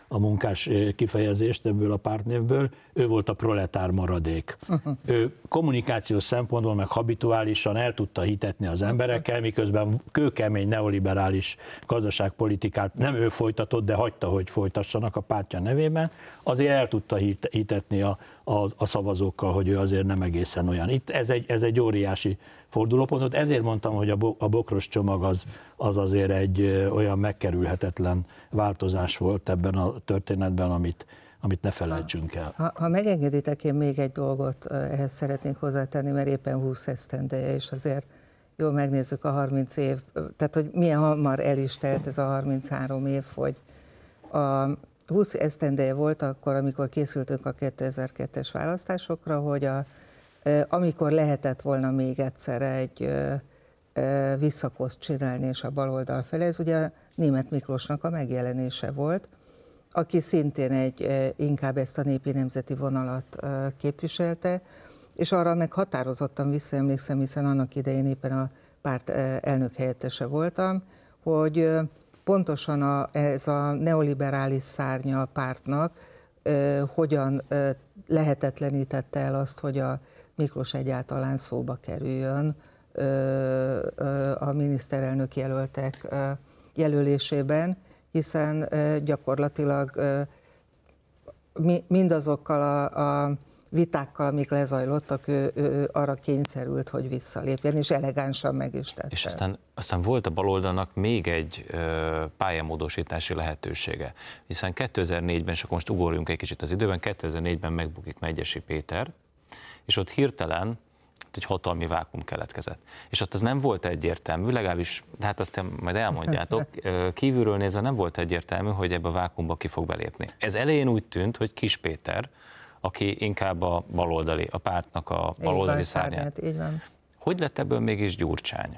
a munkás kifejezést ebből a pártnévből, ő volt a proletár maradék. Ő kommunikációs szempontból, meg habituálisan el tudta hitetni az emberekkel, miközben kőkemény neoliberális gazdaságpolitikát nem ő folytatott, de hagyta, hogy folytassanak a pártja nevében, azért el tudta hitetni a szavazókkal, hogy ő azért nem egészen olyan. Itt ez egy óriási fordulópontot, ezért mondtam, hogy a bokros csomag az azért egy olyan megkerülhetetlen változás volt ebben a történetben, amit ne felejtsünk el. Ha megengeditek, én még egy dolgot ehhez szeretnék hozzátenni, mert éppen 20 esztendeje, és azért jól megnézzük a 30 év, tehát hogy milyen hamar el is telt ez a 33 év, hogy a 20 esztendeje volt akkor, amikor készültünk a 2002-es választásokra, hogy amikor lehetett volna még egyszer egy visszakoszt csinálni és a baloldal felé, ez ugye Németh Miklósnak a megjelenése volt, aki szintén inkább ezt a népi nemzeti vonalat képviselte, és arra meg határozottan visszaemlékszem, hiszen annak idején éppen a párt elnök helyettese voltam, hogy pontosan ez a neoliberális szárnya a pártnak hogyan lehetetlenítette el azt, hogy a Miklós egyáltalán szóba kerüljön a miniszterelnök jelöltek jelölésében, hiszen gyakorlatilag mindazokkal a vitákkal, amik lezajlottak, ő arra kényszerült, hogy visszalépjen, és elegánsan meg is tette. És aztán volt a baloldalnak még egy pályamódosítási lehetősége, hiszen 2004-ben, és akkor most ugorjunk egy kicsit az időben, 2004-ben megbukik Megyesi Péter, és ott hirtelen egy hatalmi vákum keletkezett. És ott az nem volt egyértelmű, legalábbis, de hát azt majd elmondjátok, kívülről nézve nem volt egyértelmű, hogy ebbe a vákumba ki fog belépni. Ez elején úgy tűnt, hogy Kiss Péter, aki inkább a baloldali, a pártnak a baloldali szárnyát. Így van. Hogy lett ebből mégis Gyurcsány?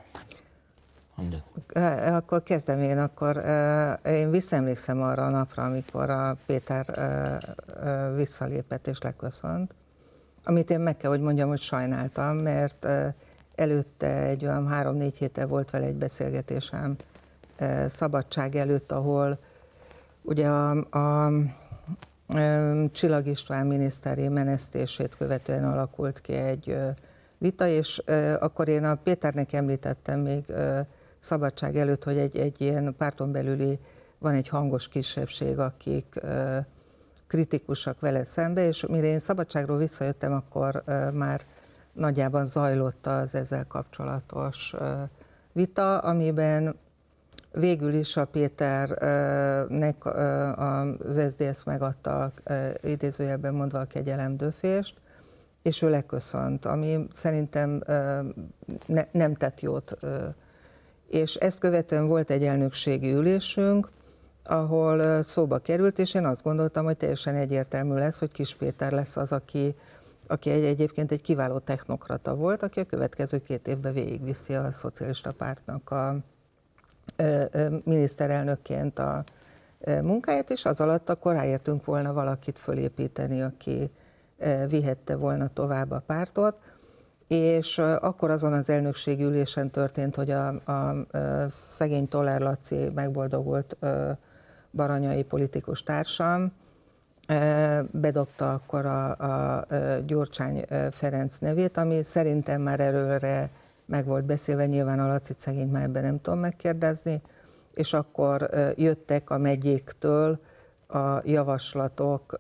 Akkor kezdem én, én visszaemlékszem arra a napra, amikor a Péter visszalépett és leköszönt, amit én meg kell, hogy mondjam, hogy sajnáltam, mert előtte egy olyan 3-4 héttel volt vele egy beszélgetésem szabadság előtt, ahol ugye a Csillag István miniszteri menesztését követően alakult ki egy vita, és akkor én a Péternek említettem még szabadság előtt, hogy egy ilyen párton belüli van egy hangos kisebbség, akik kritikusak vele szembe, és mire én szabadságról visszajöttem, akkor már nagyjában zajlott az ezzel kapcsolatos vita, amiben végül is a Péternek az SZDSZ megadta, idézőjelben mondva, a kegyelemdöfést, és ő leköszönt, ami szerintem nem tett jót. És ezt követően volt egy elnökségi ülésünk, ahol szóba került, és én azt gondoltam, hogy teljesen egyértelmű lesz, hogy Kiss Péter lesz az, aki egyébként egy kiváló technokrata volt, aki a következő 2 évben végigviszi a szocialista pártnak a miniszterelnökként a munkáját, és az alatt akkor ráértünk volna valakit fölépíteni, aki vihette volna tovább a pártot, és akkor azon az elnökségi ülésen történt, hogy a szegény Toller Laci megboldogult baranyai politikus társam bedobta akkor a Gyurcsány Ferenc nevét, ami szerintem már előre meg volt beszélve, nyilván a Lacit szegényt már ebben nem tudom megkérdezni, és akkor jöttek a megyéktől a javaslatok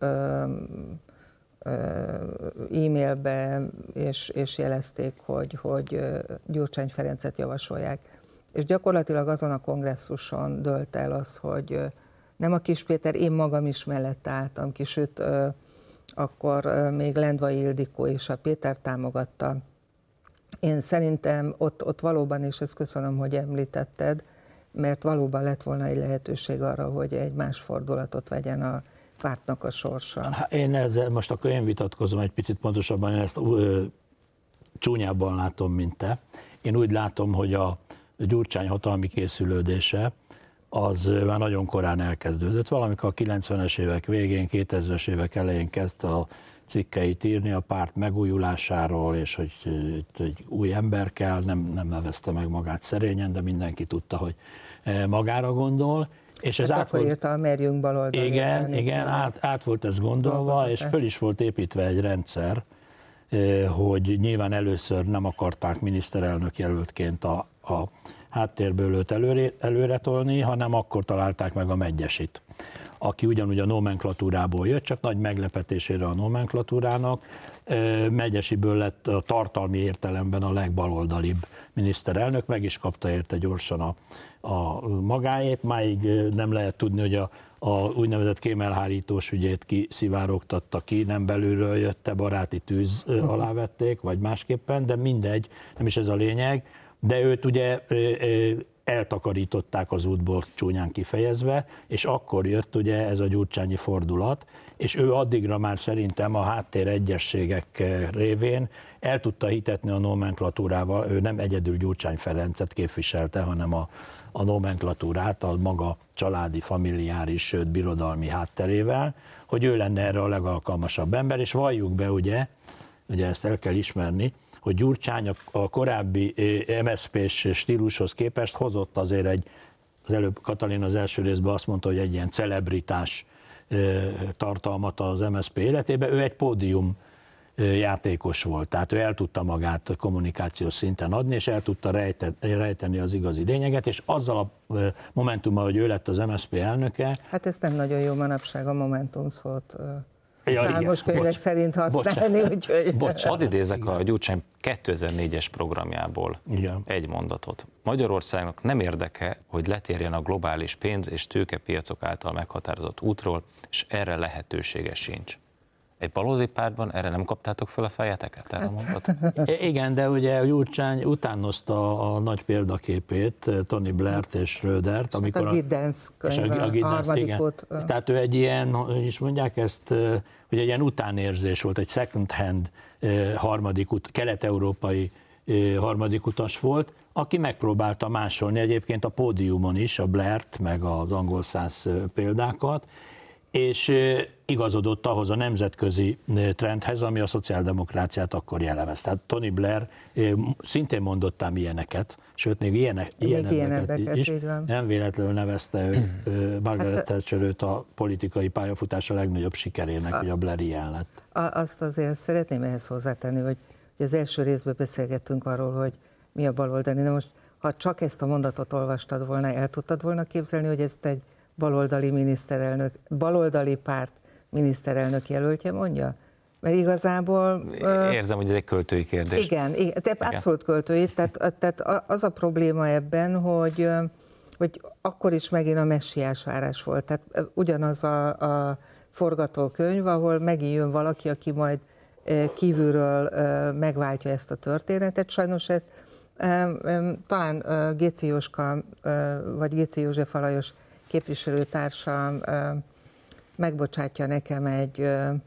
e-mailbe, és jelezték, hogy Gyurcsány Ferencet javasolják. És gyakorlatilag azon a kongresszuson dőlt el az, hogy nem a Kiss Péter, én magam is mellette álltam ki, sőt, akkor még Lendvai Ildikó és a Péter támogatta. Én szerintem ott valóban, és ezt köszönöm, hogy említetted, mert valóban lett volna egy lehetőség arra, hogy egy más fordulatot vegyen a pártnak a sorsa. Én ezzel most akkor én vitatkozom egy picit pontosabban, én ezt csúnyábban látom, mint te. Én úgy látom, hogy a Gyurcsány hatalmi készülődése az már nagyon korán elkezdődött. Valamikor a 90-es évek végén, 2000-es évek elején kezdte a cikkeit írni a párt megújulásáról, és hogy itt egy új ember kell, nem nevezte meg magát szerényen, de mindenki tudta, hogy magára gondol. És ez akkor írta a Merjünk baloldali. Igen, át volt ez gondolva, és föl is volt építve egy rendszer, hogy nyilván először nem akarták miniszterelnök jelöltként a háttérből őt előre tolni, hanem akkor találták meg a Medgyesit, aki ugyanúgy a nomenklatúrából jött, csak nagy meglepetésére a nomenklatúrának. Medgyesiből lett a tartalmi értelemben a legbaloldalibb miniszterelnök, meg is kapta érte gyorsan a magáét. Máig nem lehet tudni, hogy a úgynevezett kémelhárítós ügyét kiszivárogtatta ki, nem belülről jött, baráti tűz alá vették, vagy másképpen, de mindegy, nem is ez a lényeg. De őt ugye eltakarították az útból, csúnyán kifejezve, és akkor jött ugye ez a gyurcsányi fordulat, és ő addigra már szerintem a háttér egyességek révén el tudta hitetni a nomenklatúrával, ő nem egyedül Gyurcsány Ferencet képviselte, hanem a nomenklatúrát, a maga családi, familiáris, sőt birodalmi hátterével, hogy ő lenne erre a legalkalmasabb ember, és valljuk be, ugye ezt el kell ismerni, hogy Gyurcsány a korábbi MSZP-s stílushoz képest hozott azért az előbb Katalin az első részben azt mondta, hogy egy ilyen celebritás tartalmat az MSZP életébe, ő egy pódium játékos volt, tehát ő el tudta magát kommunikációs szinten adni, és el tudta rejteni az igazi lényeget, és azzal a Momentummal, hogy ő lett az MSZP elnöke. Hát ez nem nagyon jó manapság a Momentum szót. Számos könyvek szerint használni, úgyhogy... Hadd idézek a Gyurcsány 2004-es programjából egy mondatot. Magyarországnak nem érdeke, hogy letérjen a globális pénz- és tőkepiacok által meghatározott útról, és erre lehetősége sincs. Egy baloldali pártban erre nem kaptátok fel a fejeteket? Igen, de ugye a Gyurcsány utánozta a nagy példaképét, Tony Blairt és Schrödert. Amikor a Giddens könyve, a harmadikot. Tehát ő egy ilyen, hogy is mondják ezt, hogy egy ilyen utánérzés volt, egy second hand kelet-európai harmadik utas volt, aki megpróbálta másolni egyébként a pódiumon is a Blairt, meg az angol száz példákat, és igazodott ahhoz a nemzetközi trendhez, ami a szociáldemokráciát akkor jellemez. Tehát Tony Blair szintén mondottám ilyeneket, sőt még ilyeneket is. Nem véletlenül nevezte Margaret Thatcher őt a politikai pályafutása legnagyobb sikerének, hogy a Blair ilyen lett. Azt azért szeretném ehhez hozzátenni, hogy az első részben beszélgettünk arról, hogy mi a baloldali. Na most, ha csak ezt a mondatot olvastad volna, el tudtad volna képzelni, hogy ezt egy baloldali párt miniszterelnök jelöltje mondja? Mert igazából... Érzem, hogy ez egy költői kérdés. Igen, abszolút költői. Tehát az a probléma ebben, hogy akkor is megint a messiás várás volt. Tehát ugyanaz a forgatókönyv, ahol megint jön valaki, aki majd kívülről megváltja ezt a történetet. Sajnos ezt talán Géci Jóska, vagy Géci József Alajos képviselőtársam megbocsátja nekem egy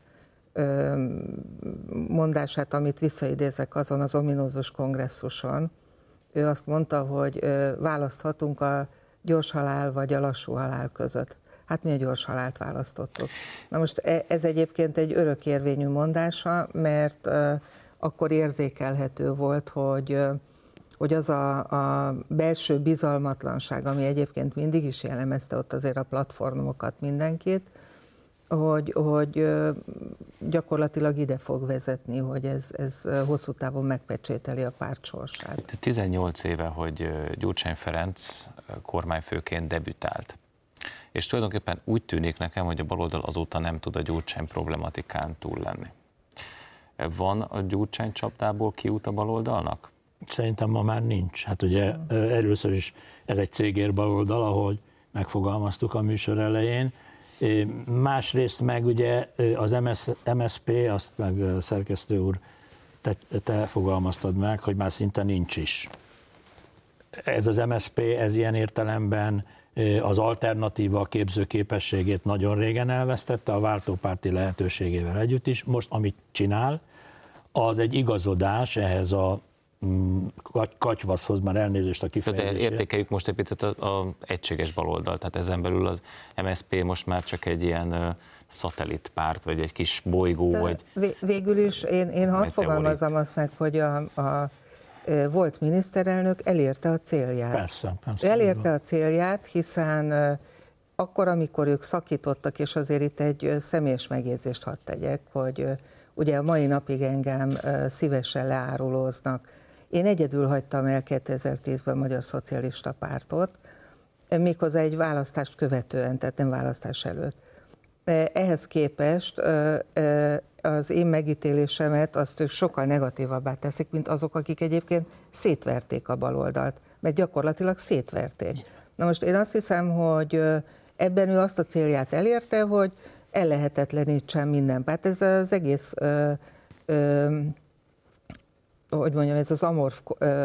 mondását, amit visszaidézek azon az ominózus kongresszuson. Ő azt mondta, hogy választhatunk a gyors halál vagy a lassú halál között. Hát mi a gyors halált választottuk. Na most ez egyébként egy örökérvényű mondása, mert akkor érzékelhető volt, hogy az a belső bizalmatlanság, ami egyébként mindig is jellemezte ott azért a platformokat, mindenkit, hogy gyakorlatilag ide fog vezetni, hogy ez hosszú távon megpecsételi a párt sorsát. 18 éve, hogy Gyurcsány Ferenc kormányfőként debütált. És tulajdonképpen úgy tűnik nekem, hogy a baloldal azóta nem tud a Gyurcsány problematikán túl lenni. Van a Gyurcsány csapdából kiút a baloldalnak? Szerintem ma már nincs. Hát ugye először is ez egy cégér baloldal, ahogy megfogalmaztuk a műsor elején. Másrészt meg ugye az MSZP, azt meg szerkesztő úr, te fogalmaztad meg, hogy már szinte nincs is. Ez az MSZP, ez ilyen értelemben az alternatíva képzőképességét nagyon régen elvesztette, a váltópárti lehetőségével együtt is. Most amit csinál, az egy igazodás ehhez a katyvaszhoz, már elnézést a kifejezésért. De értékeljük most egy picit az egységes baloldal, tehát ezen belül az MSZP most már csak egy ilyen szatellitpárt, vagy egy kis bolygó, vagy... Végül is én hadd fogalmazzam azt meg, hogy a volt miniszterelnök elérte a célját. Persze. Elérte a célját, hiszen akkor, amikor ők szakítottak, és azért itt egy személyes megjegyzést hadd tegyek, hogy ugye a mai napig engem szívesen leárulóznak. Én egyedül hagytam el 2010-ben Magyar Szocialista Pártot, méghozzá egy választást követően, tehát nem választás előtt. Ehhez képest az én megítélésemet azt ők sokkal negatívabbá teszik, mint azok, akik egyébként szétverték a baloldalt, mert gyakorlatilag szétverték. Na most én azt hiszem, hogy ebben ő azt a célját elérte, hogy ellehetetlenítsen minden párt. Ez az egész, hogy mondjam, ez az amorf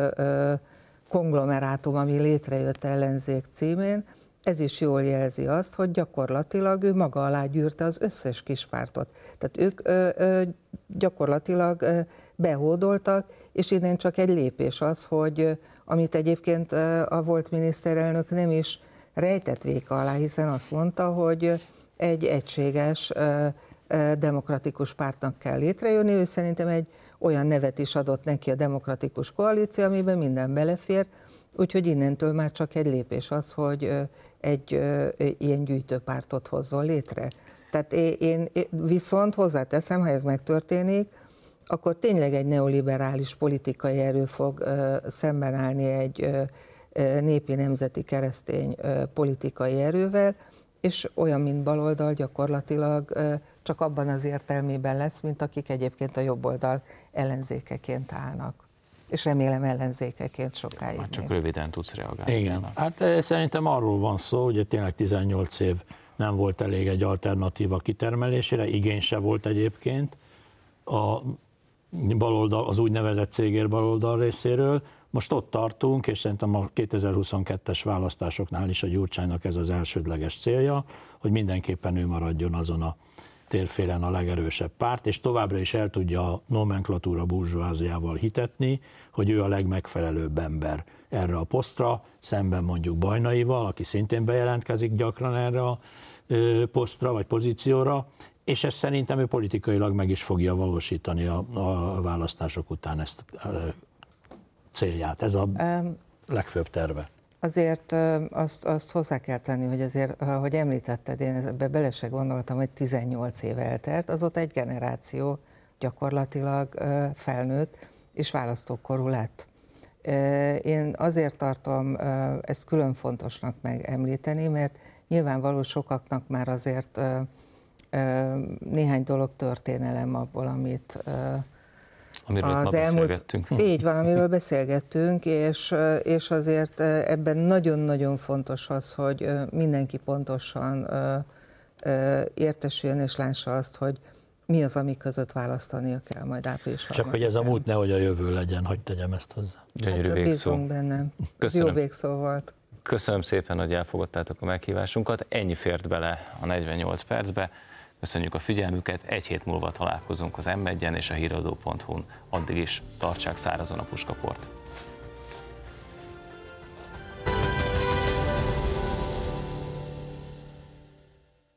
konglomerátum, ami létrejött ellenzék címén, ez is jól jelzi azt, hogy gyakorlatilag ő maga alá gyűrte az összes kispártot. Tehát ők gyakorlatilag behódoltak, és innen csak egy lépés az, hogy amit egyébként a volt miniszterelnök nem is rejtett véka alá, hiszen azt mondta, hogy egy egységes demokratikus pártnak kell létrejönni. Ő szerintem egy olyan nevet is adott neki a demokratikus koalíció, amiben minden belefér, úgyhogy innentől már csak egy lépés az, hogy egy ilyen gyűjtőpártot hozzon létre. Tehát én viszont hozzáteszem, ha ez megtörténik, akkor tényleg egy neoliberális politikai erő fog szemben állni egy népi nemzeti keresztény politikai erővel, és olyan, mint baloldal gyakorlatilag csak abban az értelmében lesz, mint akik egyébként a jobboldal ellenzékeként állnak. És remélem ellenzékeként sokáig. Már csak röviden tudsz reagálni. Igen, hát szerintem arról van szó, hogy tényleg 18 év nem volt elég egy alternatíva kitermelésére, igény se volt egyébként a baloldal, az úgynevezett cégér baloldal részéről. Most ott tartunk, és szerintem a 2022-es választásoknál is a Gyurcsánynak ez az elsődleges célja, hogy mindenképpen ő maradjon azon a térfélen a legerősebb párt, és továbbra is el tudja a nomenklatúra burzsóáziával hitetni, hogy ő a legmegfelelőbb ember erre a posztra, szemben mondjuk Bajnaival, aki szintén bejelentkezik gyakran erre a posztra vagy pozícióra, és ezt szerintem ő politikailag meg is fogja valósítani a választások után ezt a célját. Ez a legfőbb terve. Azért azt hozzá kell tenni, hogy azért, ahogy említetted, én ebbe bele se gondoltam, hogy 18 év eltelt, azóta egy generáció gyakorlatilag felnőtt és választókorú lett. Én azért tartom ezt külön fontosnak megemlíteni, mert nyilvánvaló sokaknak már azért néhány dolog történelem abból, amit amiről az beszélgettünk. Így van, amiről beszélgettünk, és azért ebben nagyon-nagyon fontos az, hogy mindenki pontosan értesüljön és lássa azt, hogy mi az, ami között választania kell majd április 3-án. Csak hogy ez a múlt nehogy a jövő legyen, hogy tegyem ezt hozzá. Gyönyörű végszó. Bízunk bennem. Köszönöm. Jó végszó volt. Köszönöm szépen, hogy elfogadtátok a meghívásunkat. Ennyi fért bele a 48 percbe. Köszönjük a figyelmüket, egy hét múlva találkozunk az M1-en és a híradó.hu-n. Addig is tartsák szárazon a puskaport.